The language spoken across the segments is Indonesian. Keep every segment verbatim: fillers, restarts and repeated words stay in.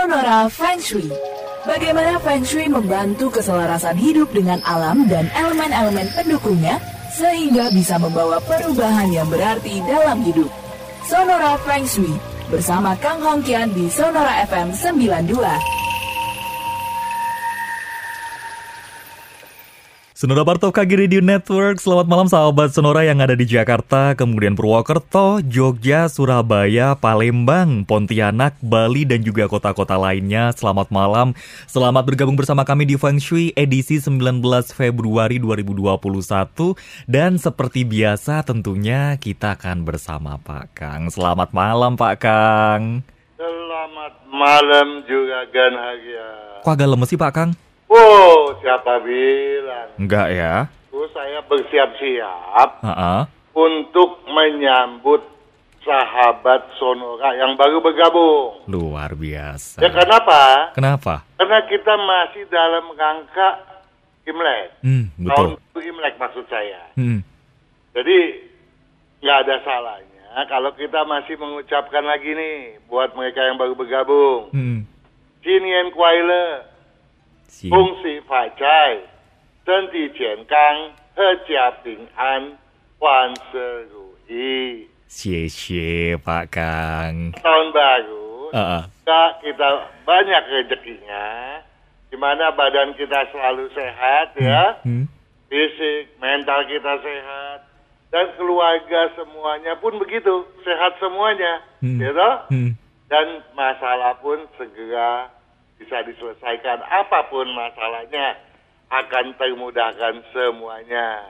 Sonora Feng Shui. Bagaimana Feng Shui membantu keselarasan hidup dengan alam dan elemen-elemen pendukungnya sehingga bisa membawa perubahan yang berarti dalam hidup. Sonora Feng Shui bersama Kang Hongkian di Sonora F M sembilan puluh dua. Sonora part of K G Radio Network. Selamat malam sahabat Sonora yang ada di Jakarta, kemudian Purwokerto, Jogja, Surabaya, Palembang, Pontianak, Bali, dan juga kota-kota lainnya. Selamat malam. Selamat bergabung bersama kami di Feng Shui edisi sembilan belas Februari dua ribu dua puluh satu. Dan seperti biasa tentunya kita akan bersama Pak Kang. Selamat malam Pak Kang. Selamat malam juga Gan Hagia. Kok agak lemes sih Pak Kang? Oh, siapa bilang? Enggak ya? Terus saya bersiap-siap uh-uh. untuk menyambut sahabat Sonora yang baru bergabung. Luar biasa. Ya kenapa? Kenapa? Karena kita masih dalam rangka Imlek. Hmm, betul. Tahun Imlek maksud saya. Hmm. Jadi nggak ada salahnya kalau kita masih mengucapkan lagi nih buat mereka yang baru bergabung. Hmm. Jinien Kuai Le. 恭喜发财，身体健康，阖家平安，万事如意。 谢谢Pak Kang. Tahun baru, uh-uh. kita, kita banyak rezekinya, di mana badan kita selalu sehat ya, hmm. fisik, mental kita sehat, dan keluarga semuanya pun begitu, sehat semuanya, hmm. gitu. Hmm. Dan masalah pun segera bisa diselesaikan, apapun masalahnya akan termudahkan semuanya.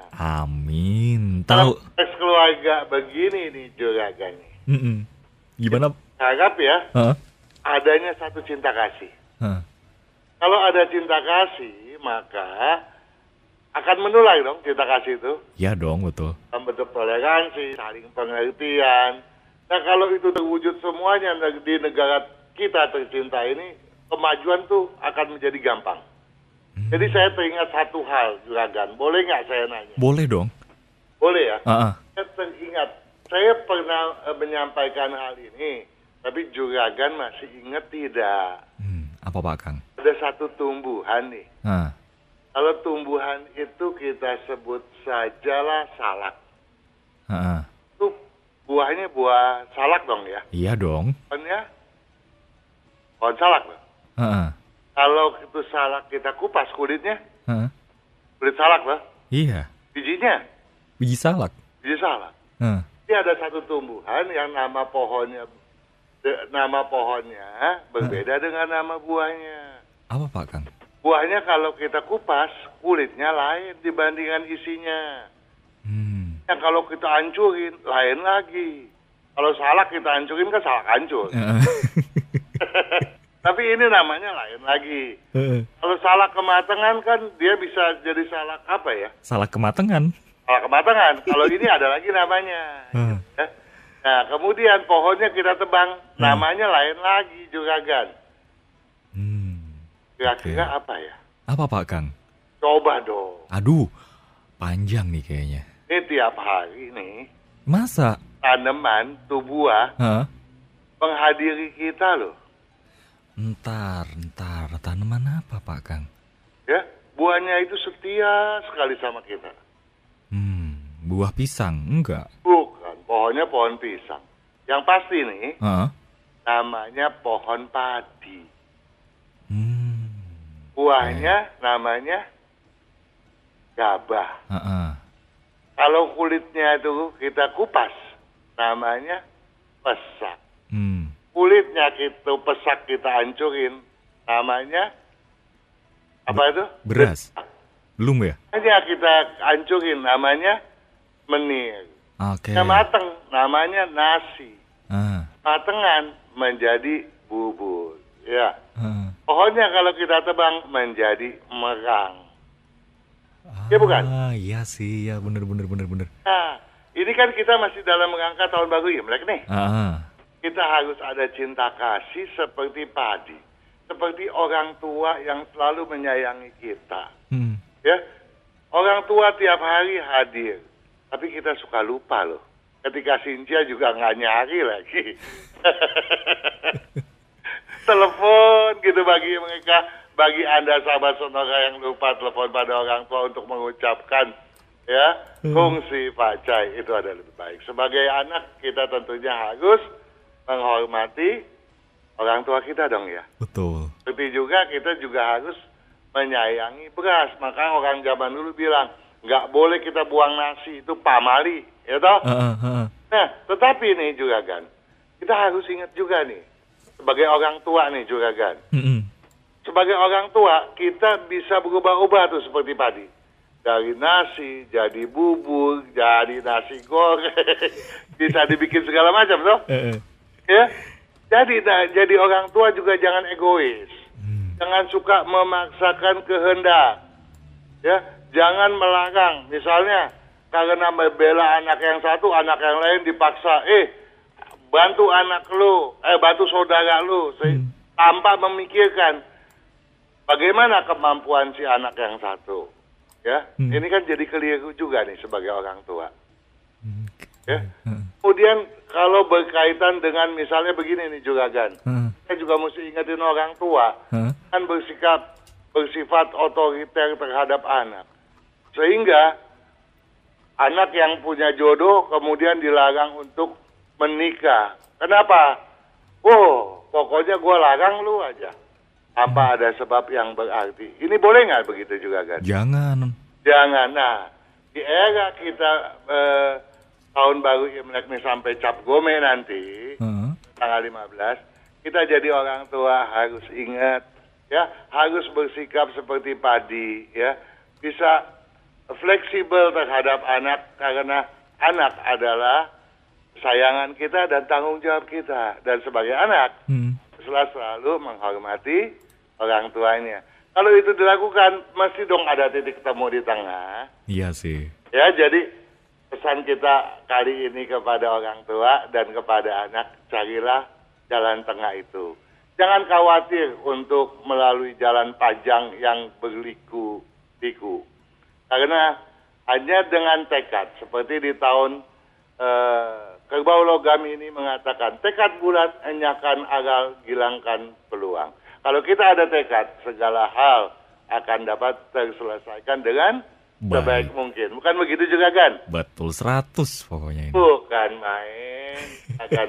Amin. Tahu keluarga begini nih juraganya. Mm-mm. Gimana? Harap ya, huh? adanya satu cinta kasih. Huh. Kalau ada cinta kasih, maka akan menular dong cinta kasih itu. Ya dong, betul. Membentuk toleransi, saling pengertian. Nah kalau itu terwujud semuanya di negara kita tercinta ini, kemajuan tuh akan menjadi gampang. Hmm. Jadi saya teringat satu hal, Juragan. Boleh nggak saya nanya? Boleh dong. Boleh ya? Uh-uh. Saya teringat, saya pernah uh, menyampaikan hal ini, tapi Juragan masih ingat tidak? Hmm, apa Pak Kang? Ada satu tumbuhan nih. Uh. Kalau tumbuhan itu kita sebut sajalah salak. Uh-uh. Itu buahnya buah salak dong ya? Iya dong. Pohonnya? Pohon salak loh. Uh-uh. Kalau itu salak kita kupas kulitnya, uh-uh. kulit salak loh. Iya. Bijinya? Biji salak. Biji salak. Uh. Ini ada satu tumbuhan yang nama pohonnya, de, nama pohonnya berbeda uh. dengan nama buahnya. Apa Pak Kang? Buahnya kalau kita kupas, kulitnya lain dibandingkan isinya. Hmm. Yang kalau kita hancurin, lain lagi. Kalau salak kita hancurin kan salak hancur. Uh. Tapi ini namanya lain lagi. Uh. Kalau salak kematangan kan dia bisa jadi salak apa ya? Salak kematangan. Salak kematangan. Kalau ini ada lagi namanya. Uh. Nah kemudian pohonnya kita tebang, uh. namanya lain lagi Juragan. Hmm. Kira-kira okay. apa ya? Apa Pak Kang? Coba dong. Aduh, panjang nih kayaknya. Ini tiap hari nih. Masa? Tanaman, tuh buah, huh? menghadiri kita loh. Entar, entar, tanaman apa Pak Kang? Ya, buahnya itu setia sekali sama kita. Hmm, buah pisang, enggak? Bukan, pohonnya pohon pisang. Yang pasti nih, huh? namanya pohon padi. Hmm, buahnya okay. namanya gabah. Uh-uh. Kalau kulitnya itu kita kupas, namanya pesak. Hmm. Kulitnya kita pesak kita hancurin, namanya apa itu? Beras. Belum ya? Hanya kita hancurin, namanya menir. Oke. Okay. Mateng, namanya nasi. Uh. Matengan menjadi bubur. Ya. Uh. Pohonnya kalau kita tebang menjadi merang. Ya bukan? Ah iya sih, ya bener bener bener bener. Nah, ini kan kita masih dalam rangka tahun baru Imlek nih. Uh. Kita harus ada cinta kasih seperti padi, seperti orang tua yang selalu menyayangi kita. Hmm. Ya, orang tua tiap hari hadir, tapi kita suka lupa loh. Ketika Cynthia juga nggak nyari lagi. Telepon gitu bagi mereka, bagi Anda sahabat Sonora yang lupa telepon pada orang tua untuk mengucapkan ya, kongsi pacai itu ada lebih baik. Sebagai anak kita tentunya harus menghormati orang tua kita dong ya. Betul. Seperti juga kita juga harus menyayangi beras. Maka orang zaman dulu bilang, nggak boleh kita buang nasi, itu pamali, ya toh? Uh, uh, uh. Nah, tetapi nih juga kan, kita harus ingat juga nih, sebagai orang tua nih juga kan, Mm-mm. sebagai orang tua kita bisa berubah-ubah tuh seperti padi. Dari nasi, jadi bubur, jadi nasi goreng, bisa dibikin segala macam toh? Uh, uh. Ya, jadi nah, jadi orang tua juga jangan egois, hmm. jangan suka memaksakan kehendak, ya, jangan melarang. Misalnya karena membela anak yang satu, anak yang lain dipaksa, eh bantu anak lu, eh bantu saudara lu, hmm. tanpa memikirkan bagaimana kemampuan si anak yang satu, ya, hmm. ini kan jadi keliru juga nih sebagai orang tua, hmm. ya. Hmm. Kemudian kalau berkaitan dengan misalnya begini nih juga kan, hmm. saya juga mesti ingetin orang tua, hmm. kan bersikap bersifat otoriter terhadap anak, sehingga anak yang punya jodoh kemudian dilarang untuk menikah. Kenapa? Oh, pokoknya gue larang lu aja. Apa ada sebab yang berarti? Ini boleh nggak begitu juga kan? Jangan. Jangan. Nah, di era kita eh, tahun baru Imlek nih sampai Cap Gome nanti, uh-huh. tanggal lima belas, kita jadi orang tua harus ingat, ya, harus bersikap seperti padi, ya, bisa fleksibel terhadap anak karena anak adalah kesayangan kita dan tanggung jawab kita, dan sebagai anak hmm. selalu, selalu menghormati orang tuanya. Kalau itu dilakukan, mesti dong ada titik temu di tengah. Iya sih. Ya, jadi pesan kita kali ini kepada orang tua dan kepada anak, carilah jalan tengah itu. Jangan khawatir untuk melalui jalan panjang yang berliku-liku. Karena hanya dengan tekad, seperti di tahun eh, Kerbau Logam ini mengatakan, tekad bulat enyahkan agal, gilangkan peluang. Kalau kita ada tekad, segala hal akan dapat terselesaikan dengan baik. Sebaik mungkin. Bukan begitu juga kan? Betul, seratus pokoknya ini. Bukan main. Akan...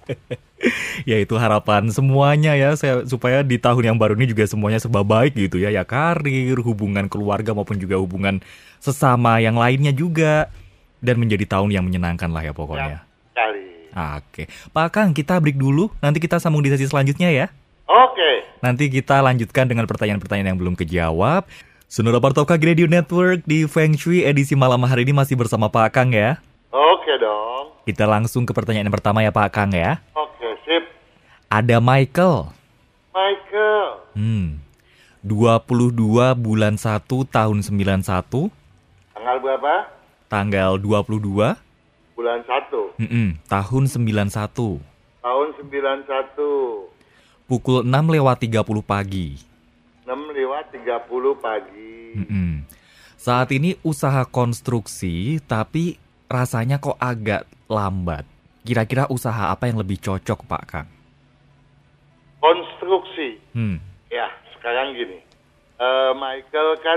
Ya itu harapan semuanya ya, saya, supaya di tahun yang baru ini juga semuanya serba baik gitu ya. Ya karir, hubungan keluarga maupun juga hubungan sesama yang lainnya juga. Dan menjadi tahun yang menyenangkan lah ya pokoknya. Ya, kali. Oke, Pak Kang, kita break dulu. Nanti kita sambung di sesi selanjutnya ya. Oke. Nanti kita lanjutkan dengan pertanyaan-pertanyaan yang belum kejawab. Sonora Part of K G Radio Network di Feng Shui edisi malam hari ini masih bersama Pak Kang ya. Oke dong. Kita langsung ke pertanyaan yang pertama ya Pak Kang ya. Oke, sip. Ada Michael. Michael. Hmm. dua puluh dua bulan satu tahun sembilan satu. Tanggal berapa? Tanggal dua puluh dua. Bulan satu. Mm-mm, tahun sembilan satu. Tahun sembilan satu. Pukul enam lewat tiga puluh pagi. enam lewat tiga puluh pagi. Mm-mm. Saat ini usaha konstruksi, tapi rasanya kok agak lambat. Kira-kira usaha apa yang lebih cocok, Pak Kang? Konstruksi. Hmm. Ya, sekarang gini. Uh, Michael kan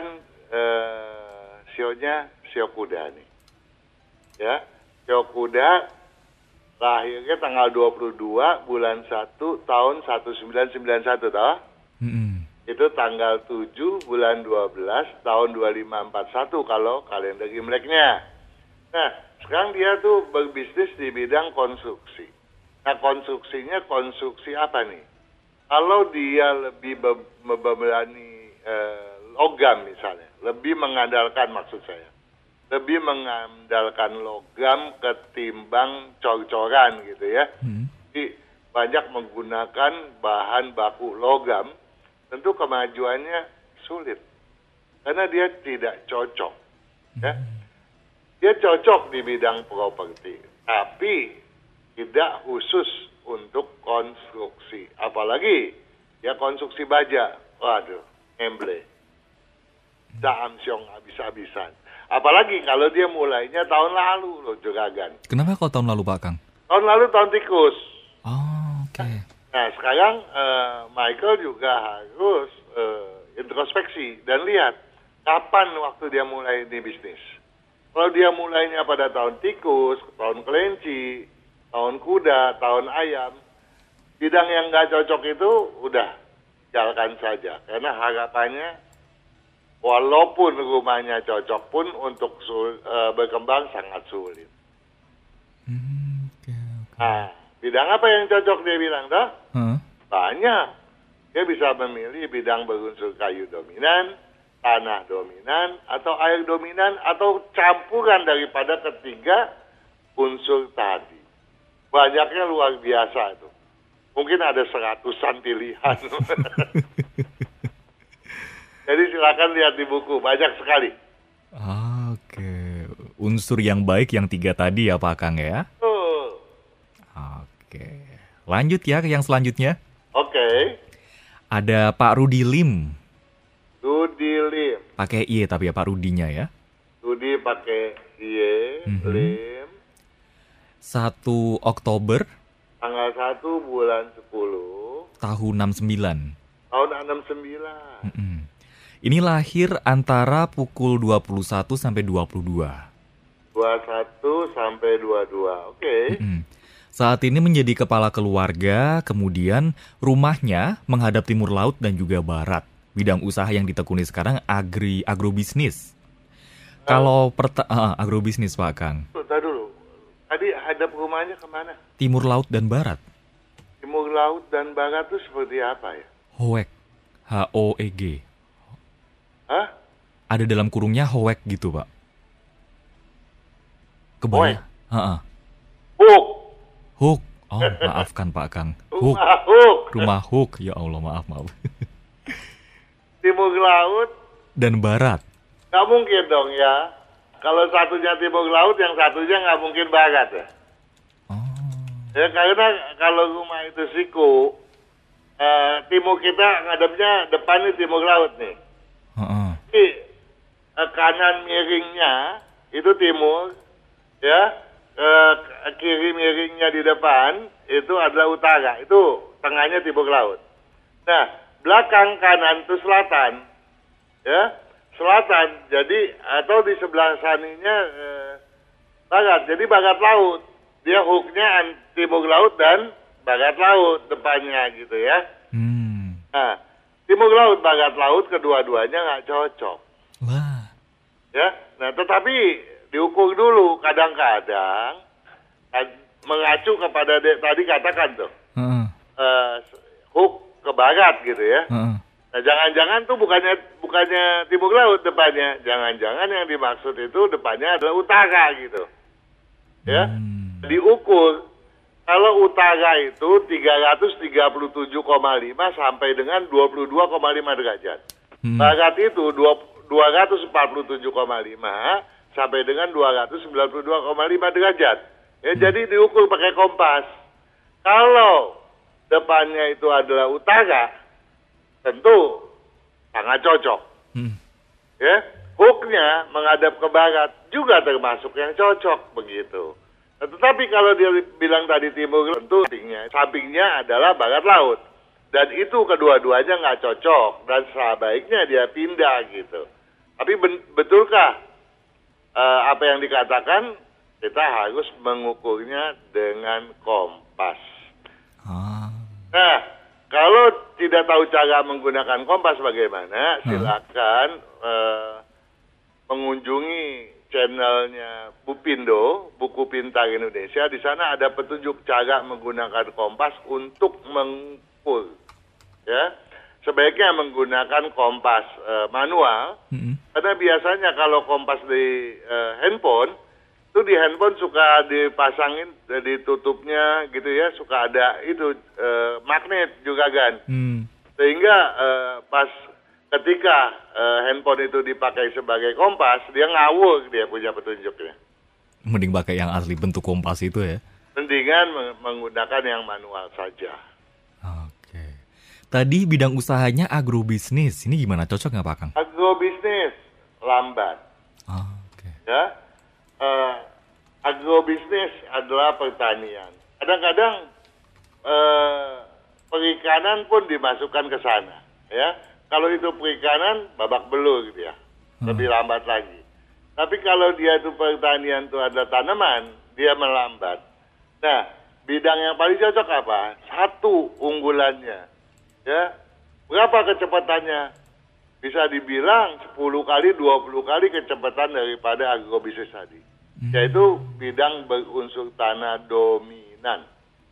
uh, sionya sio kuda nih. Ya, sio kuda lahirnya tanggal dua puluh dua bulan satu tahun seribu sembilan ratus sembilan puluh satu, toh? Mm-hmm. Itu tanggal tujuh bulan dua belas tahun dua ribu lima ratus empat puluh satu kalau kalender Imleknya. Nah, sekarang dia tuh berbisnis di bidang konstruksi. Nah, konstruksinya konstruksi apa nih? Kalau dia lebih be- membebani eh, logam misalnya, lebih mengandalkan maksud saya, lebih mengandalkan logam ketimbang cor-coran gitu ya. Hmm. Jadi banyak menggunakan bahan baku logam, tentu kemajuannya sulit karena dia tidak cocok. Ya. Dia cocok di bidang properti, tapi tidak khusus untuk konstruksi. Apalagi ya konstruksi baja, waduh, emble, samsyong habis-habisan. Apalagi kalau dia mulainya tahun lalu loh, Juragan. Kenapa kalau tahun lalu, Pak Kang? Tahun lalu tahun tikus. Oh, oke. Okay. Nah sekarang uh, Michael juga harus uh, introspeksi dan lihat kapan waktu dia mulai ini bisnis. Kalau dia mulainya pada tahun tikus, tahun kelinci, tahun kuda, tahun ayam, bidang yang nggak cocok itu udah jalankan saja. Karena harapannya walaupun rumahnya cocok pun untuk sul, uh, berkembang sangat sulit. Hmm, okay, okay. Nah, bidang apa yang cocok dia bilang dah? Huh? Banyak. Dia bisa memilih bidang berunsur kayu dominan, tanah dominan, atau air dominan, atau campuran daripada ketiga unsur tadi. Banyaknya luar biasa itu. Mungkin ada seratusan pilihan. Jadi silakan lihat di buku, banyak sekali. Oke, unsur yang baik yang tiga tadi ya Pak Kang ya? Tuh. Oke, lanjut ya ke yang selanjutnya. Oke. Ada Pak Rudi Lim. Rudi Lim. Pakai I tapi ya Pak Rudinya ya. Rudi pakai I, Mhm. Lim. satu Oktober Tanggal satu bulan sepuluh. tahun enam sembilan. Tahun enam sembilan. Mm-mm. Ini lahir antara pukul dua puluh satu sampai dua puluh dua. dua puluh satu sampai dua puluh dua. Oke. Mm-mm. Saat ini menjadi kepala keluarga, kemudian rumahnya menghadap timur laut dan juga barat. Bidang usaha yang ditekuni sekarang agri agrobisnis. Kalau perta- uh, agrobisnis Pak Kang. Tadi dulu. Tadi hadap rumahnya kemana? Timur laut dan barat. Timur laut dan barat itu seperti apa ya? Hoek. H O E G. Hah? Ada dalam kurungnya Hoek gitu Pak. Kebayang? Heeh. Hook. Hook. Oh, maafkan Pak Kang. Hook. Rumah Hook. Rumah Hook. Ya Allah, maaf, maaf. Timur laut. Dan barat. Nggak mungkin dong ya. Kalau satunya timur laut, yang satunya nggak mungkin barat ya. Oh. Ya karena kalau rumah itu siku, eh, timur kita ngadepnya depannya timur laut nih. Heeh. Jadi eh, kanan miringnya itu timur, ya. Eh, kiri miringnya di depan itu adalah utara, itu tengahnya timur laut. Nah, belakang kanan itu selatan, ya, selatan. Jadi atau di sebelah saninya eh, barat. Jadi barat laut. Dia hooknya timur laut dan barat laut depannya gitu ya. Hmm. Nah, timur laut barat laut kedua-duanya nggak cocok. Wah. Ya, nah tetapi diukur dulu kadang-kadang mengacu kepada de, tadi katakan tuh Heeh. uh, hook ke barat gitu ya. Heeh. Nah jangan-jangan tuh bukannya bukannya timur laut depannya, jangan-jangan yang dimaksud itu depannya adalah utara gitu. Ya, Hmm. diukur kalau utara itu tiga ratus tiga puluh tujuh koma lima sampai dengan dua puluh dua koma lima derajat. Hmm. Barat itu dua ratus empat puluh tujuh koma lima sampai dengan dua ratus sembilan puluh dua koma lima derajat. Ya, hmm. Jadi diukur pakai kompas. Kalau depannya itu adalah utara, tentu sangat cocok. Hmm. Ya, hooknya menghadap ke barat juga termasuk yang cocok begitu. Nah, tetapi kalau dia bilang tadi timur, tentu sampingnya, sampingnya adalah barat laut. Dan itu kedua-duanya nggak cocok dan sebaiknya dia pindah gitu. Tapi ben- betulkah uh, apa yang dikatakan? Kita harus mengukurnya dengan kompas. Ah. Nah, kalau tidak tahu cara menggunakan kompas bagaimana, silakan uh, mengunjungi channelnya Bupindo, Buku Pintar Indonesia. Di sana ada petunjuk cara menggunakan kompas untuk mengukur. Ya, sebaiknya menggunakan kompas uh, manual, Mm-hmm. karena biasanya kalau kompas di uh, handphone, itu di handphone suka dipasangin, uh, ditutupnya gitu ya, suka ada itu uh, magnet juga kan, Hmm. sehingga uh, pas ketika uh, handphone itu dipakai sebagai kompas, dia ngawur dia punya petunjuknya. Mending pakai yang asli bentuk kompas itu ya. Mendingan meng- menggunakan yang manual saja. Oke. Tadi bidang usahanya agrobisnis. Ini gimana? Cocok nggak Pak Kang? Agrobisnis lambat. Oh, oke. Ya, uh, agrobisnis adalah pertanian. Kadang-kadang uh, perikanan pun dimasukkan ke sana, ya. Kalau itu perikanan, babak belur gitu ya, lebih lambat lagi. Tapi kalau dia itu pertanian itu adalah tanaman, dia melambat. Nah, bidang yang paling cocok apa? Satu unggulannya, ya. Berapa kecepatannya? Bisa dibilang sepuluh kali, dua puluh kali kecepatan daripada agrobisnis tadi. Hmm. Yaitu bidang berunsur tanah dominan.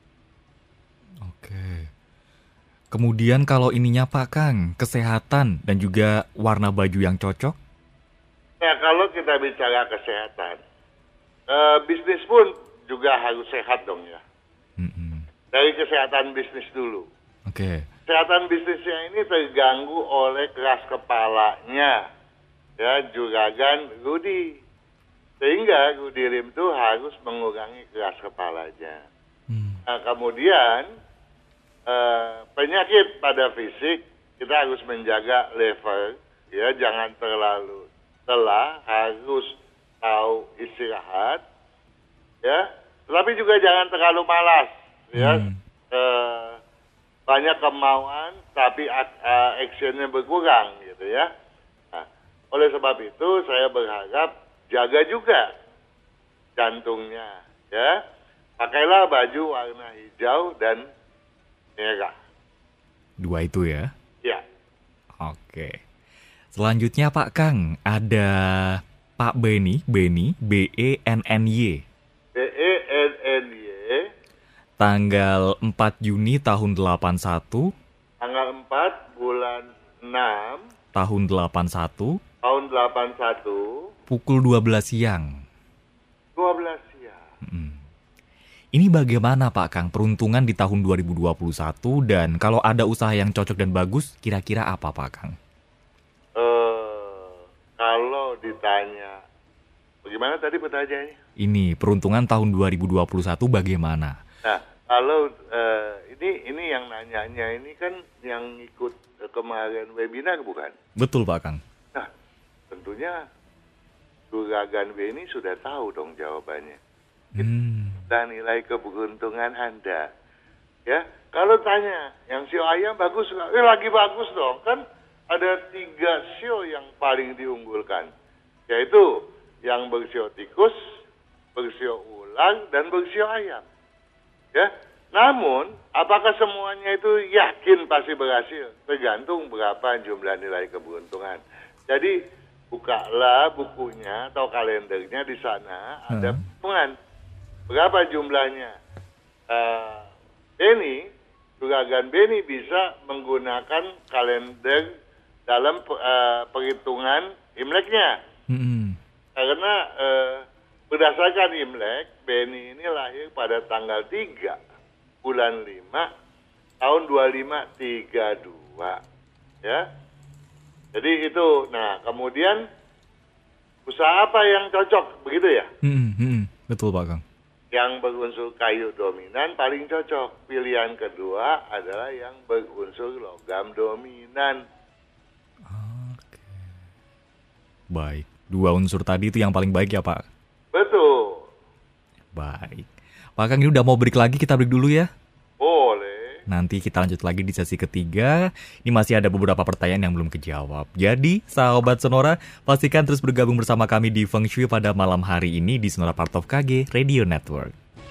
Oke. Kemudian kalau ininya Pak Kang, kesehatan dan juga warna baju yang cocok? Nah, kalau kita bicara kesehatan, eh, bisnis pun juga harus sehat dong ya. Hmm. Dari kesehatan bisnis dulu. Oke. Kesehatan bisnisnya ini terganggu oleh keras kepalanya, ya, juragan Rudy. Sehingga Rudy Lim itu harus mengurangi keras kepalanya. Hmm. Nah, kemudian Uh, penyakit pada fisik kita harus menjaga level, ya, jangan terlalu lelah, harus tahu istirahat, ya, tetapi juga jangan terlalu malas, ya, hmm. uh, banyak kemauan tapi uh, actionnya berkurang, gitu ya. Nah, oleh sebab itu saya berharap jaga juga jantungnya, ya, pakailah baju warna hijau dan merah. Dua itu ya? Ya. Oke. Selanjutnya Pak Kang, ada Pak Beni, Beni, B E N N Y. B E N N Y. Tanggal empat Juni tahun delapan satu. Tanggal empat bulan enam. Tahun delapan satu. Tahun delapan satu. Pukul dua belas siang. dua belas siang. Hmm. Ini bagaimana Pak Kang peruntungan di tahun dua ribu dua puluh satu dan kalau ada usaha yang cocok dan bagus, kira-kira apa Pak Kang? Uh, kalau ditanya, bagaimana tadi pertanyaannya? Ini peruntungan tahun dua ribu dua puluh satu bagaimana? Nah, kalau uh, ini ini yang nanyanya ini kan yang ikut uh, kemarin webinar bukan? Betul Pak Kang. Nah, tentunya Juragan B ini sudah tahu dong jawabannya. Hmm. Dan nilai keberuntungan Anda, ya. Kalau tanya yang sio ayam bagus, eh lagi bagus dong, kan ada tiga sio yang paling diunggulkan, yaitu yang bersio tikus, bersio ulang, dan bersio ayam, ya. Namun, apakah semuanya itu yakin pasti berhasil? Tergantung berapa jumlah nilai keberuntungan. Jadi bukalah bukunya atau kalendernya di sana, ada hitungan. Hmm. Berapa jumlahnya? Uh, Beni, Juragan Beni bisa menggunakan kalender dalam uh, perhitungan Imleknya. Mm-hmm. Karena uh, berdasarkan Imlek, Beni ini lahir pada tanggal tiga bulan lima tahun dua lima tiga dua. Ya. Jadi itu, nah kemudian usaha apa yang cocok, begitu ya? Mm-hmm. Betul Pak Kang. Yang berunsur kayu dominan paling cocok. Pilihan kedua adalah yang berunsur logam dominan. Oke. Baik. Dua unsur tadi itu yang paling baik ya Pak? Betul. Baik. Pak Kang ini udah mau break lagi, kita break dulu ya? Boleh. Nanti kita lanjut lagi di sesi ketiga. Ini masih ada beberapa pertanyaan yang belum kejawab. Jadi, sahabat Sonora, pastikan terus bergabung bersama kami di Feng Shui pada malam hari ini di Sonora Part of K G Radio Network.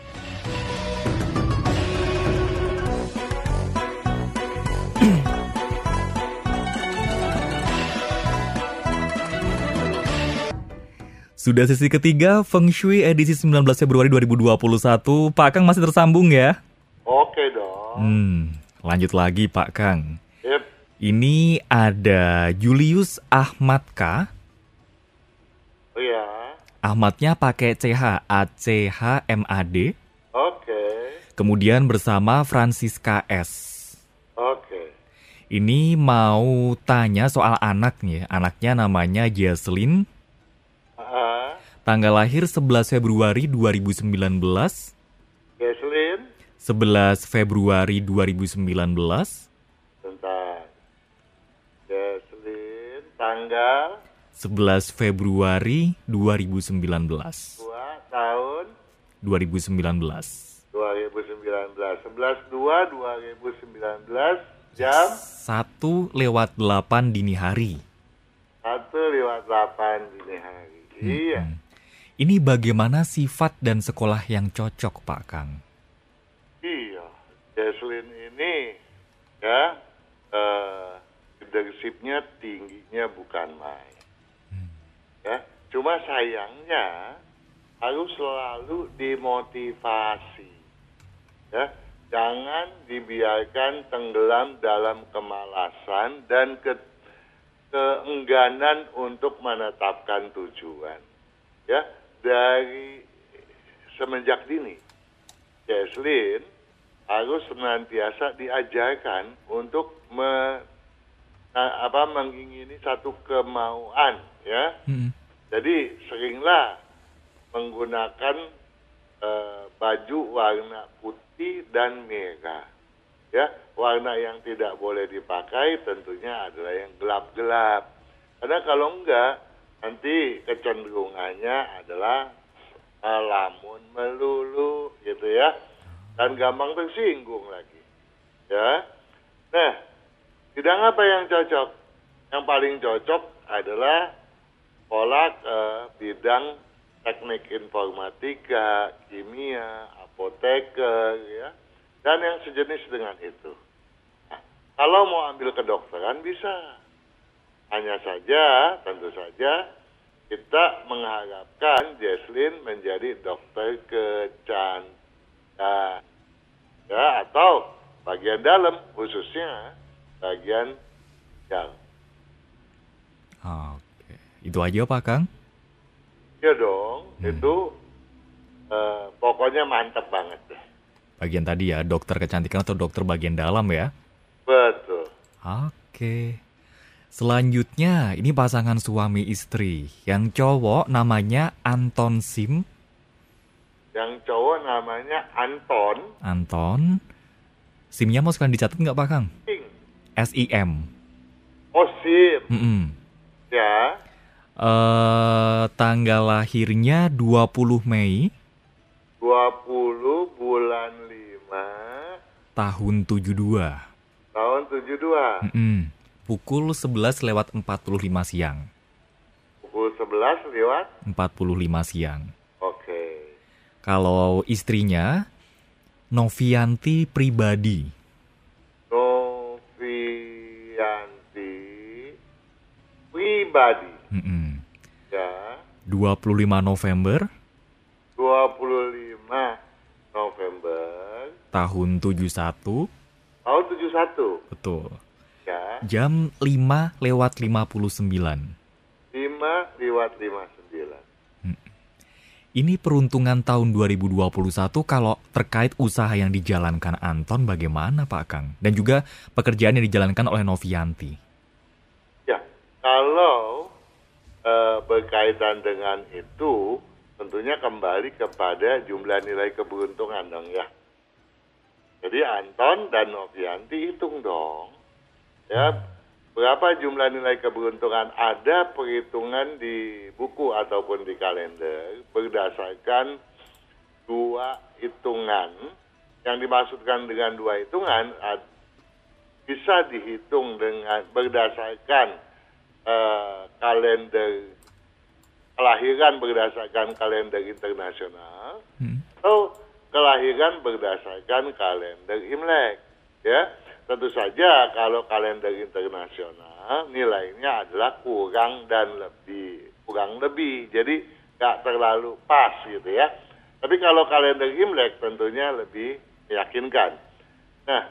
Sudah sesi ketiga Feng Shui edisi sembilan belas Februari dua ribu dua puluh satu. Pak Kang masih tersambung ya? Oke dong. Hmm, lanjut lagi Pak Kang. Yep. Ini ada Julius Ahmad K. Oh ya. Ahmadnya pakai C H, A C H M A D. Oke. Kemudian bersama Francisca S. Oke. Ini mau tanya soal anaknya. Anaknya namanya Jesslyn. Uh-huh. Tanggal lahir sebelas Februari dua ribu sembilan belas. Jesslyn. sebelas Februari dua ribu sembilan belas. Bentar. Jesslyn tanggal sebelas Februari dua ribu sembilan belas. Dua tahun dua ribu sembilan belas. dua ribu sembilan belas. sebelas dua dua ribu sembilan belas jam satu lewat delapan dini hari. satu lewat delapan dini hari. Hmm. Iya. Ini bagaimana sifat dan sekolah yang cocok, Pak Kang? Iya. Jesslyn ini ya eh, leadership-nya tingginya bukan main. Hmm. Ya, cuma sayangnya harus selalu dimotivasi. Ya, jangan dibiarkan tenggelam dalam kemalasan dan ke keengganan untuk menetapkan tujuan. Ya, dari semenjak dini, Jesslyn harus senantiasa diajarkan untuk me, apa, mengingini satu kemauan, ya. Hmm. Jadi seringlah menggunakan eh, baju warna putih dan merah. Ya, warna yang tidak boleh dipakai tentunya adalah yang gelap-gelap. Karena kalau enggak, nanti kecenderungannya adalah uh, lamun melulu, gitu ya. Dan gampang tersinggung lagi. Ya. Nah, bidang apa yang cocok? Yang paling cocok adalah sekolah uh, bidang teknik informatika, kimia, apoteker, ya. Dan yang sejenis dengan itu. Nah, kalau mau ambil kedokteran bisa. Hanya saja, tentu saja, kita mengharapkan Jesslyn menjadi dokter kecantikan. Ya, atau bagian dalam, khususnya bagian dalam. Oke. Itu aja, Pak Kang? Ya dong, Hmm. itu eh, pokoknya mantap banget deh. Bagian tadi ya, dokter kecantikan atau dokter bagian dalam ya? Betul. Oke. Selanjutnya, ini pasangan suami istri. Yang cowok namanya Anton Sim. Yang cowok namanya Anton. Anton. Simnya mau sekalian dicatat nggak, Pak Kang? Sing. S I M. Oh, Sim. Mm-mm. Ya. Eh, tanggal lahirnya dua puluh Mei dua puluh bulan lima tahun tujuh dua. tahun tujuh dua. Mm-mm. Pukul sebelas lewat empat puluh lima siang. Pukul sebelas lewat. empat puluh lima siang. Oke. Kalau istrinya Novianti Pribadi. Novianti Pribadi. Mm-mm. Ya. dua puluh lima November dua puluh lima November tahun tujuh satu. tahun tujuh satu. Betul. Ya. Jam lima lewat lima puluh sembilan. lima lewat lima puluh sembilan. Ini peruntungan tahun dua ribu dua puluh satu kalau terkait usaha yang dijalankan Anton bagaimana, Pak Kang? Dan juga pekerjaan yang dijalankan oleh Novianti. Ya, kalau eh, berkaitan dengan itu, tentunya kembali kepada jumlah nilai keberuntungan dong ya. Jadi Anton dan Novianti hitung dong. Ya, berapa jumlah nilai keberuntungan? Ada perhitungan di buku ataupun di kalender berdasarkan dua hitungan. Yang dimaksudkan dengan dua hitungan ad- bisa dihitung dengan berdasarkan eh, kalender kelahiran berdasarkan kalender internasional Hmm. atau kelahiran berdasarkan kalender Imlek. Ya, tentu saja kalau kalender internasional nilainya adalah kurang dan lebih, kurang lebih. Jadi nggak terlalu pas gitu ya. Tapi kalau kalender Imlek tentunya lebih meyakinkan. Nah,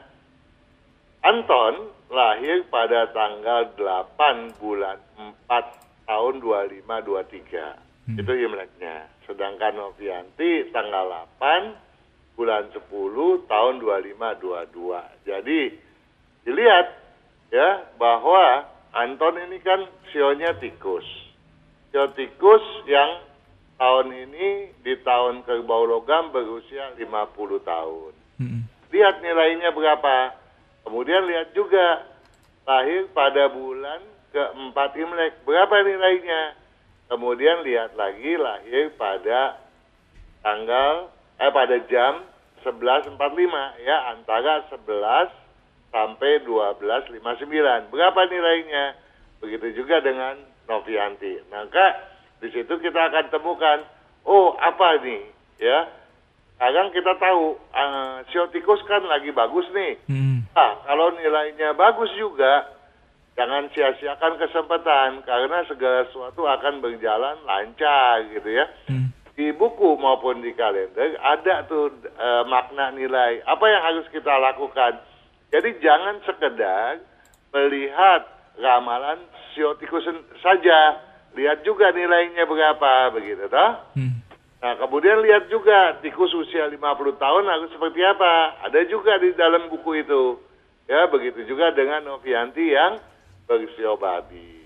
Anton lahir pada tanggal delapan bulan empat tahun dua lima dua tiga. Hmm. Itu Imleknya. Sedangkan Novianti tanggal delapan bulan sepuluh tahun dua lima dua dua. Jadi dilihat ya bahwa Anton ini kan sionya tikus. Sio tikus yang tahun ini di tahun kerbau logam berusia lima puluh tahun. Hmm. Lihat nilainya berapa. Kemudian lihat juga lahir pada bulan keempat Imlek. Berapa nilainya? Kemudian lihat lagi lahir pada tanggal, eh pada jam sebelas empat puluh lima ya, antara sebelas sampai dua belas lima puluh sembilan. Berapa nilainya? Begitu juga dengan Novianti. Maka di situ kita akan temukan, oh apa nih ya? Sekarang kita tahu uh, sio tikus kan lagi bagus nih. Hmm. Nah, kalau nilainya bagus juga, jangan sia-siakan kesempatan karena segala sesuatu akan berjalan lancar gitu ya. Hmm. Di buku maupun di kalender ada tuh e, makna nilai. Apa yang harus kita lakukan? Jadi jangan sekedar melihat ramalan sio tikus saja, lihat juga nilainya berapa begitu toh. Hmm. Nah, kemudian lihat juga tikus usia lima puluh tahun harus seperti apa. Ada juga di dalam buku itu. Ya, begitu juga dengan Novianti yang bersio babi.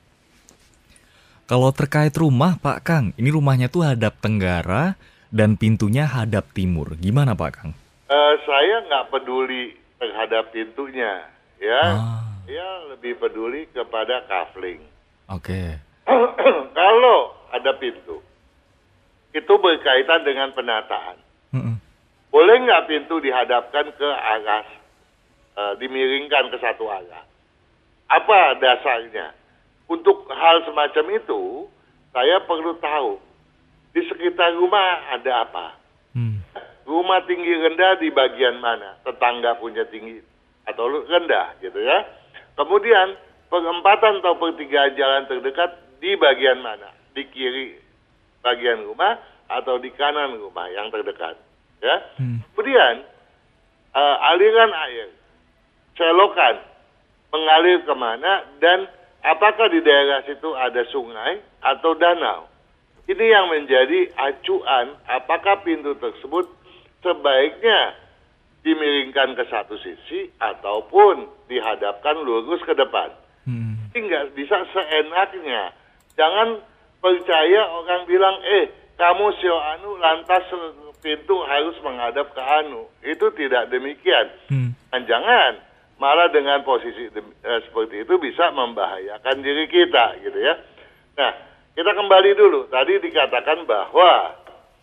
Kalau terkait rumah, Pak Kang, ini rumahnya tuh hadap tenggara dan pintunya hadap timur. Gimana, Pak Kang? Uh, saya nggak peduli terhadap pintunya, ya. Ah. Ya lebih peduli kepada kafling. Oke. Okay. Kalau ada pintu, itu berkaitan dengan penataan. Mm-mm. Boleh nggak pintu dihadapkan ke arah, uh, dimiringkan ke satu arah? Apa dasarnya? Untuk hal semacam itu, saya perlu tahu di sekitar rumah ada apa. Hmm. Rumah tinggi rendah di bagian mana? Tetangga punya tinggi atau rendah gitu ya. Kemudian perempatan atau pertigaan jalan terdekat di bagian mana? Di kiri bagian rumah atau di kanan rumah yang terdekat. Ya. Hmm. Kemudian uh, aliran air, selokan mengalir kemana dan apakah di daerah situ ada sungai atau danau? Ini yang menjadi acuan apakah pintu tersebut sebaiknya dimiringkan ke satu sisi ataupun dihadapkan lurus ke depan. Hmm. Ini nggak bisa seenaknya. Jangan percaya orang bilang, eh kamu sio anu lantas pintu harus menghadap ke anu. Itu tidak demikian. Hmm. Dan jangan. Malah dengan posisi eh, seperti itu bisa membahayakan diri kita, gitu ya. Nah, kita kembali dulu. Tadi dikatakan bahwa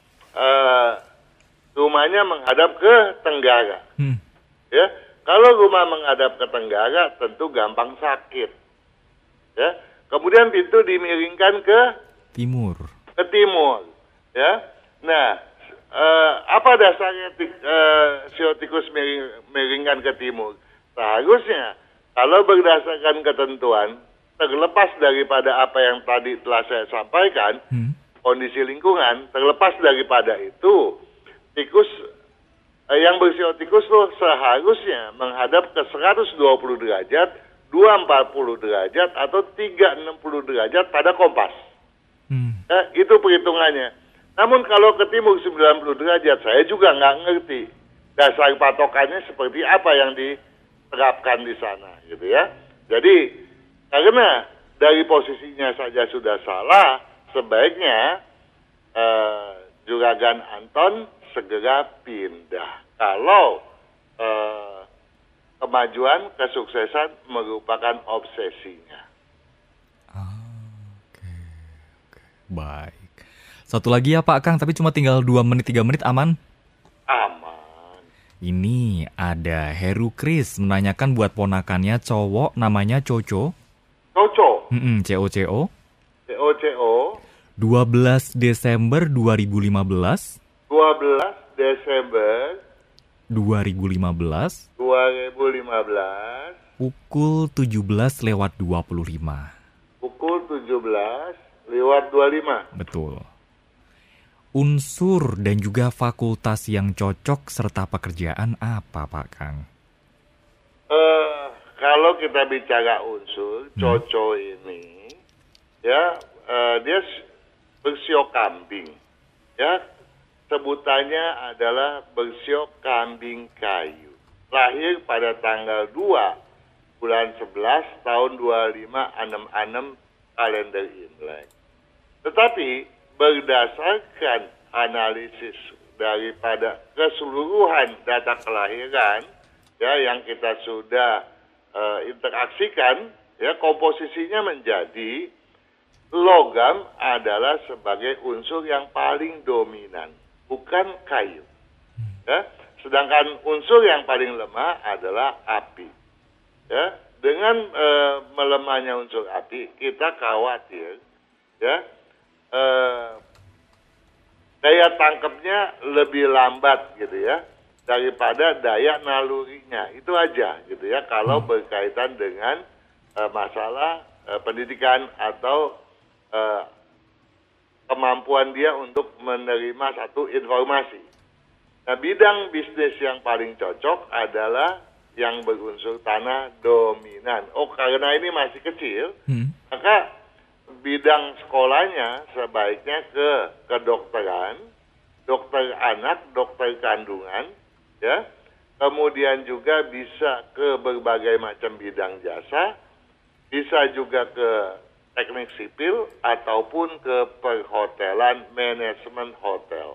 eh, rumahnya menghadap ke tenggara. Hmm. Ya, kalau rumah menghadap ke tenggara, tentu gampang sakit. Ya, kemudian pintu dimiringkan ke timur. Ke timur. Ya, nah, eh, apa dasarnya eh, sio tikus miring, miringkan ke timur? Seharusnya kalau berdasarkan ketentuan terlepas daripada apa yang tadi telah saya sampaikan, hmm. kondisi lingkungan, terlepas daripada itu, tikus eh, yang bersio tikus loh seharusnya menghadap ke seratus dua puluh derajat, dua ratus empat puluh derajat atau tiga ratus enam puluh derajat pada kompas. Hmm. Eh, itu perhitungannya. Namun kalau ke timur sembilan puluh derajat, saya juga nggak ngerti dasar patokannya seperti apa yang di terapkan di sana, gitu ya. Jadi karena dari posisinya saja sudah salah, sebaiknya uh, Juragan Anton segera pindah. Kalau uh, kemajuan, kesuksesan merupakan obsesinya. Oke, oke, baik. Satu lagi ya Pak Kang, tapi cuma tinggal dua menit tiga menit aman? Aman. Ini ada Heru Kris menanyakan buat ponakannya cowok namanya Coco. Coco? Mm-mm, C O C O. C O C O. dua belas Desember dua ribu lima belas. dua belas Desember dua ribu lima belas. dua ribu lima belas. Pukul tujuh belas lewat dua puluh lima. Pukul tujuh belas lewat dua puluh lima. Betul. Unsur dan juga fakultas yang cocok serta pekerjaan apa, Pak Kang? Uh, kalau kita bicara unsur, hmm. Coco ini, ya uh, dia bersio kambing, ya sebutannya adalah bersio kambing kayu. Lahir pada tanggal dua bulan sebelas tahun dua puluh lima enam enam kalender Imlek. Tetapi berdasarkan analisis daripada keseluruhan data kelahiran ya yang kita sudah uh, interaksikan, ya komposisinya menjadi logam adalah sebagai unsur yang paling dominan, bukan kayu. Ya, sedangkan unsur yang paling lemah adalah api. Ya, dengan uh, melemahnya unsur api, kita khawatir, ya, uh, daya tangkapnya lebih lambat gitu ya daripada daya nalurinya. Itu aja gitu ya kalau berkaitan dengan uh, masalah uh, pendidikan atau uh, kemampuan dia untuk menerima satu informasi. Nah, bidang bisnis yang paling cocok adalah yang berunsur tanah dominan. Oh, karena ini masih kecil, hmm. maka bidang sekolahnya sebaiknya ke kedokteran, dokter anak, dokter kandungan, ya. Kemudian juga bisa ke berbagai macam bidang jasa, bisa juga ke teknik sipil ataupun ke perhotelan, manajemen hotel.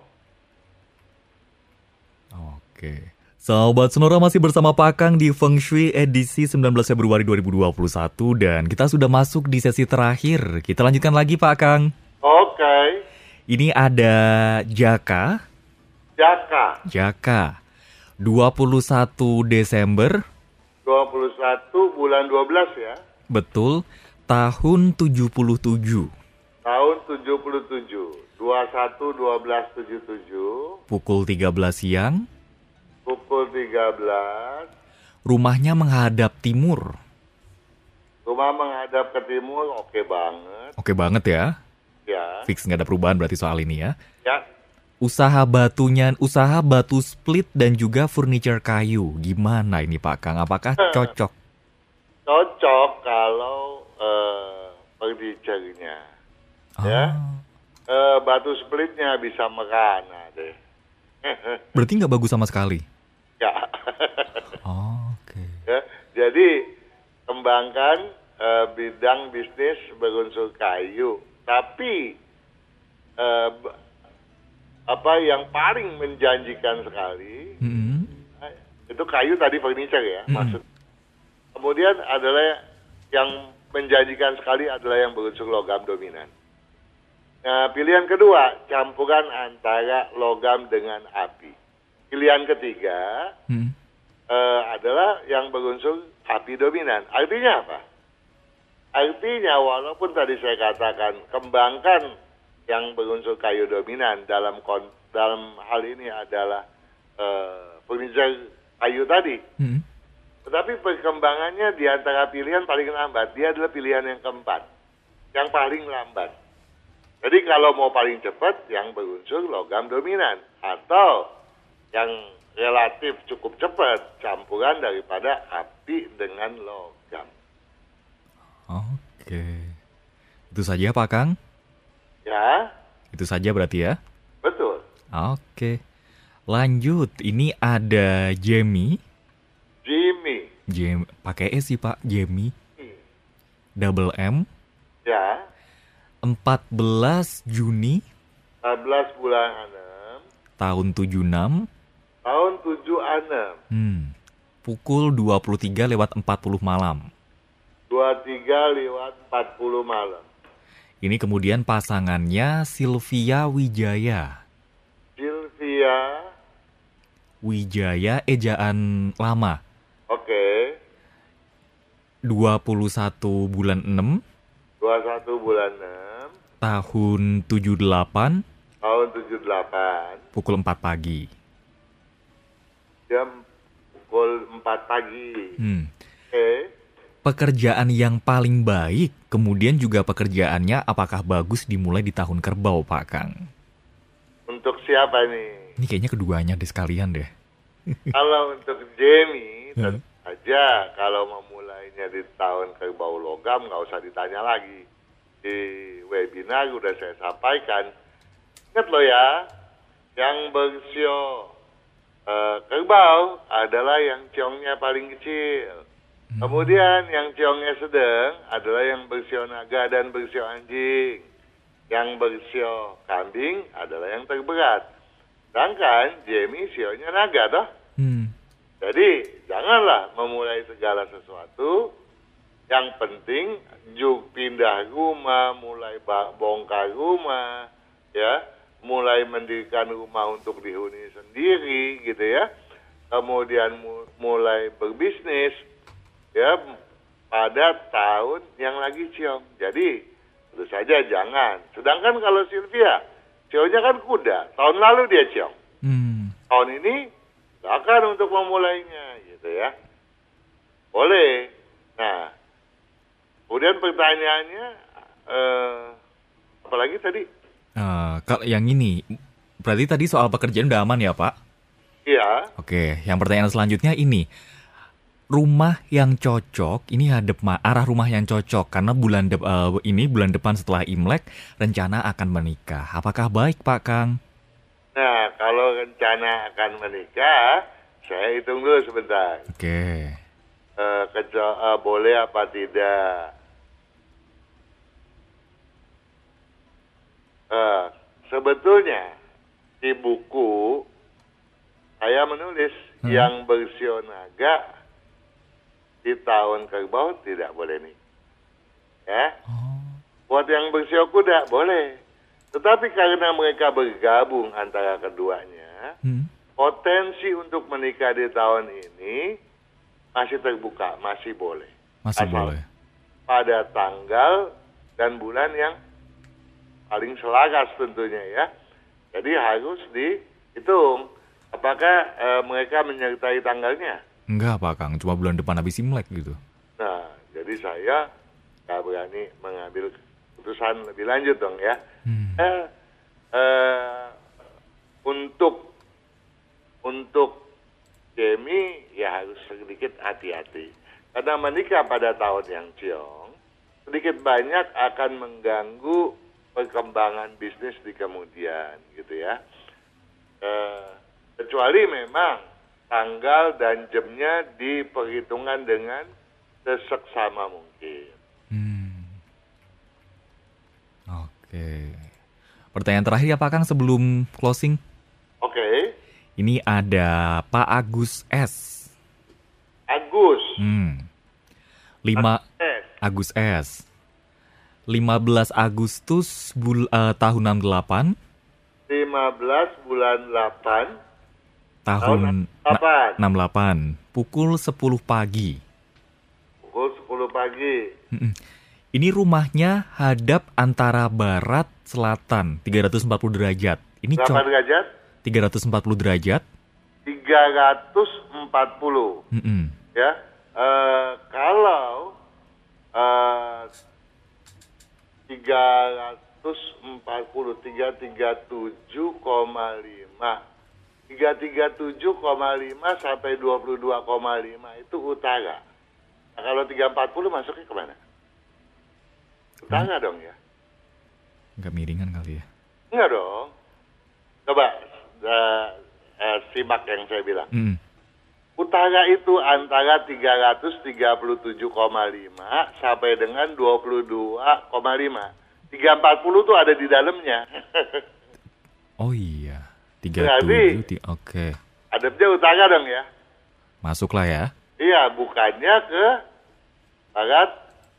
Oke. Sahabat Sonora masih bersama Pak Kang di Feng Shui edisi sembilan belas Februari dua ribu dua puluh satu dan kita sudah masuk di sesi terakhir. Kita lanjutkan lagi Pak Kang. Oke. Ini ada Jaka. Jaka. Jaka. dua puluh satu Desember. dua puluh satu bulan dua belas ya. Betul. Tahun tujuh puluh tujuh. Tahun tujuh puluh tujuh. dua puluh satu dua belas tujuh puluh tujuh. Pukul tiga belas siang. Pukul tiga belas. Rumahnya menghadap timur. Rumah menghadap ke timur, oke banget. Oke banget ya. Ya. Fix nggak ada perubahan berarti soal ini ya. Ya. Usaha batunya, usaha batu split dan juga furniture kayu. Gimana ini Pak Kang? Apakah cocok? Cocok kalau uh, furniture-nya. Ah. Ya. Uh, batu splitnya bisa merana deh. Berarti nggak bagus sama sekali? Ya. Oh, oke. Okay. Ya, jadi kembangkan uh, bidang bisnis berunsur kayu. Tapi uh, apa yang paling menjanjikan sekali mm-hmm. itu kayu tadi furniture ya, mm-hmm. maksud. Kemudian adalah yang menjanjikan sekali adalah yang berunsur logam dominan. Nah, pilihan kedua campuran antara logam dengan api. Pilihan ketiga hmm. uh, adalah yang berunsur api dominan. Artinya apa? Artinya walaupun tadi saya katakan kembangkan yang berunsur kayu dominan dalam kon- dalam hal ini adalah uh, furniture kayu tadi. Hmm. Tetapi perkembangannya di antara pilihan paling lambat, dia adalah pilihan yang keempat, yang paling lambat. Jadi kalau mau paling cepat, yang berunsur logam dominan. Atau yang relatif cukup cepat, campuran daripada api dengan logam. Oke. Itu saja Pak Kang? Ya. Itu saja berarti ya? Betul. Oke. Lanjut, ini ada Jamie. Jimmy. Jam, pakai E sih Pak, Jamie. Double M. Ya. empat belas Juni. empat belas bulan enam. Tahun tujuh puluh enam. Tahun tujuh puluh enam. Hmm. Pukul dua puluh tiga lewat empat puluh malam. dua puluh tiga lewat empat puluh malam. Ini kemudian pasangannya Sylvia Wijaya. Sylvia Wijaya ejaan lama. Oke. dua puluh satu bulan enam. dua puluh satu bulan enam. Tahun tujuh puluh delapan. Tahun tujuh puluh delapan. Pukul empat pagi. Jam pukul empat pagi. Hmm. Oke. Pekerjaan yang paling baik, kemudian juga pekerjaannya apakah bagus dimulai di tahun kerbau, Pak Kang? Untuk siapa nih? Ini kayaknya keduanya deh sekalian deh. Kalau untuk Jamie, tentu saja kalau memulainya di tahun kerbau logam, nggak usah ditanya lagi. Di webinar udah saya sampaikan. Ingat loh ya, yang bersio uh, kerbau adalah yang ciongnya paling kecil. Hmm. Kemudian yang ciongnya sedang adalah yang bersio naga dan bersio anjing. Yang bersio kambing adalah yang terberat. Sedangkan Jamie sionya naga toh. Hmm. Jadi janganlah memulai segala sesuatu. Yang penting juk pindah rumah, mulai bongkar rumah, ya, mulai mendirikan rumah untuk dihuni sendiri, gitu ya. kemudian mu- mulai berbisnis ya pada tahun yang lagi ciong. Jadi tentu saja jangan. Sedangkan kalau Sylvia, ciongnya kan kuda. Tahun lalu dia ciong. Hmm. Tahun ini silakan untuk memulainya, gitu ya. Boleh. Nah, kemudian pertanyaannya, eh, apalagi tadi? Uh, kalau yang ini, berarti tadi soal pekerjaan udah aman ya Pak? Iya. Oke, yang pertanyaan selanjutnya ini. Rumah yang cocok, ini hadap ma- arah rumah yang cocok. Karena bulan de- uh, ini bulan depan setelah Imlek, rencana akan menikah. Apakah baik Pak Kang? Nah, kalau rencana akan menikah, saya hitung dulu sebentar. Oke. Eh, keco- eh, boleh apa tidak? Eh, sebetulnya di buku saya menulis Hmm. yang bersio naga di tahun kerbau tidak boleh nih, ya. Oh. Buat yang bersio kuda boleh, tetapi karena mereka bergabung antara keduanya, Hmm. potensi untuk menikah di tahun ini masih terbuka, masih boleh. Masih Asal boleh. pada tanggal dan bulan yang paling selaras tentunya ya. Jadi harus dihitung apakah eh, mereka menyertai tanggalnya. Enggak Pak Kang, cuma bulan depan habis Imlek gitu. Nah, jadi saya nggak berani mengambil keputusan lebih lanjut dong ya. Hmm. Eh, eh, untuk untuk Jamie ya harus sedikit hati-hati. Karena menikah pada tahun yang ciong, sedikit banyak akan mengganggu perkembangan bisnis di kemudian gitu ya. Eh, kecuali memang tanggal dan jamnya diperhitungkan dengan seseksama mungkin. Hmm. Oke. Pertanyaan terakhir ya Pak Kang sebelum closing. Oke, Ini ada Pak Agus S. Agus. Hmm. Lima Eh, Agus S. lima belas Agustus bul, eh, tahun enam delapan. lima belas bulan delapan Tahun Tahun delapan. enam delapan. Pukul sepuluh pagi. pukul sepuluh pagi. Mm-mm. Ini rumahnya hadap antara barat selatan tiga ratus empat puluh derajat. Ini Berapa co- derajat? tiga ratus empat puluh derajat. tiga ratus empat puluh. Mm-mm. Ya, eh, kalau eh, tiga ratus empat puluh, tiga ratus tiga puluh tujuh koma lima tiga ratus tiga puluh tujuh koma lima sampai dua puluh dua koma lima itu utara. Nah, kalau tiga ratus empat puluh masuknya kemana? Utara Hmm. dong ya? Nggak miringan kali ya. Enggak dong. Coba eh, eh, simak yang saya bilang. Mm. Utara itu antara tiga ratus tiga puluh tujuh koma lima sampai dengan dua puluh dua koma lima. tiga ratus empat puluh itu ada di dalamnya. Oh iya. tiga Berarti- puluh tujuh. ti- Oke. Adepnya utara dong ya. Masuklah ya. Iya, bukannya ke barat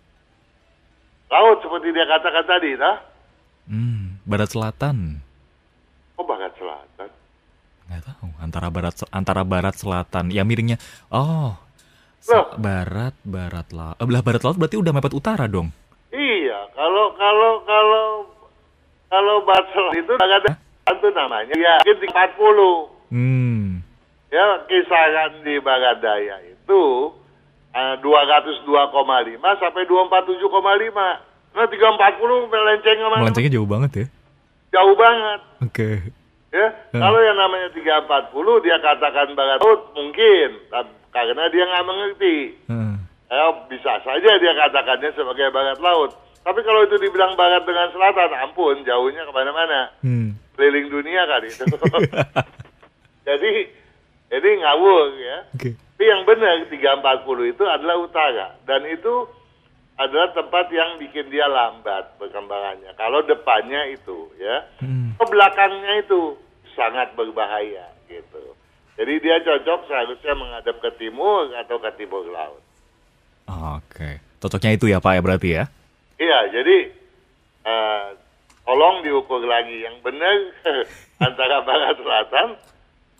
laut seperti dia katakan tadi, nah? Hmm, barat selatan. Oh, barat selatan. Nggak tahu. Antara barat antara barat selatan. Ya miringnya. Oh. se- Loh. Barat barat laut. Eh, belah barat laut berarti udah mepet utara dong. Iya, kalau kalau kalau kalau barat selatan itu barat itu namanya ya mungkin empat puluh. Hmm. Ya, kisaran di barat daya itu uh, dua ratus dua koma lima sampai dua ratus empat puluh tujuh koma lima. Nah, tiga ratus empat puluh melenceng sama Melencengnya jauh banget ya. jauh banget. Oke. Ya, Hmm. kalau yang namanya tiga ratus empat puluh dia katakan barat laut mungkin tab- karena dia nggak mengerti. Hmm. Ya, bisa saja dia katakannya sebagai barat laut. Tapi kalau itu dibilang barat dengan selatan, ampun, jauhnya kemana-mana. Hmm. Keliling dunia kali itu. jadi, jadi ngawur ya. Oke. Tapi yang benar tiga ratus empat puluh itu adalah utara. Dan itu adalah tempat yang bikin dia lambat perkembangannya. Kalau depannya itu ya. Hmm. Ke belakangnya itu sangat berbahaya gitu. Jadi dia cocok seharusnya menghadap ke timur atau ke timur laut. Oke. Cocoknya itu ya Pak ya berarti ya. Iya, jadi eh, tolong diukur lagi yang benar antara barat selatan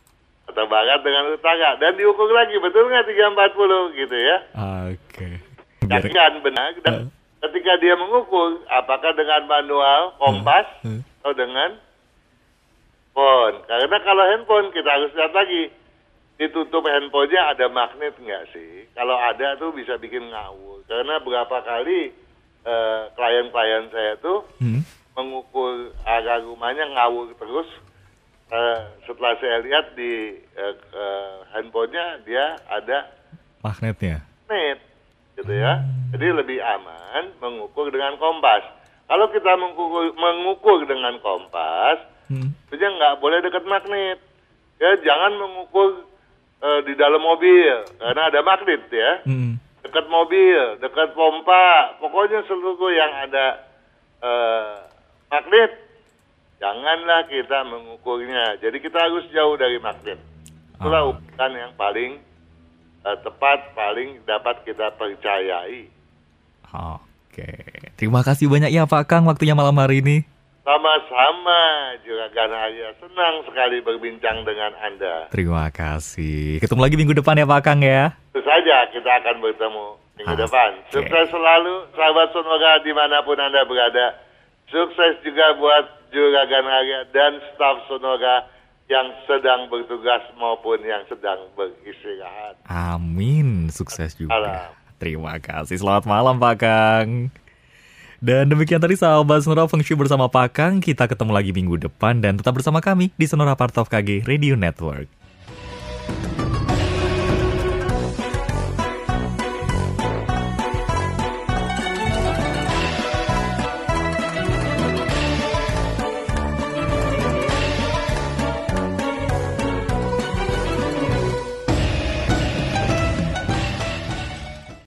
atau barat dengan utara. Dan diukur lagi, betul nggak tiga ratus empat puluh gitu ya. Oke. Okay. Kan benar. Dan uh. ketika dia mengukur, apakah dengan manual, kompas, uh. Uh. atau dengan handphone. Karena kalau handphone, kita harus lihat lagi. Ditutup handphonenya ada magnet nggak sih? Kalau ada tuh bisa bikin ngawur. Karena berapa kali uh, klien-klien saya tuh hmm. mengukur arah rumahnya ngawur terus. Uh, setelah saya lihat di uh, uh, handphonenya dia ada magnetnya. Magnet, gitu ya. Hmm. Jadi lebih aman mengukur dengan kompas. Kalau kita mengukur, mengukur dengan kompas, hmm. itu nggak boleh dekat magnet. Ya jangan mengukur Uh, di dalam mobil, karena ada magnet ya, hmm. dekat mobil, dekat pompa, pokoknya seluruh yang ada uh, magnet, janganlah kita mengukurnya. Jadi kita harus jauh dari magnet. Itulah oh. ukuran yang paling uh, tepat, paling dapat kita percayai. Oke, terima kasih banyak ya Pak Kang waktunya malam hari ini. Sama-sama, Juragan Arya. Senang sekali berbincang dengan Anda. Terima kasih. Ketemu lagi minggu depan ya Pak Kang ya. Tentu saja kita akan bertemu minggu ah, depan. Sukses okay. selalu, sahabat Sonora dimanapun Anda berada. Sukses juga buat Juragan Arya dan staf Sonora yang sedang bertugas maupun yang sedang beristirahat. Amin, sukses juga. Alam. Terima kasih. Selamat malam Pak Kang. Dan demikian tadi sahabat Sonora Feng Shui bersama Pak Kang. Kita ketemu lagi minggu depan dan tetap bersama kami di Sonora Part of K G Radio Network.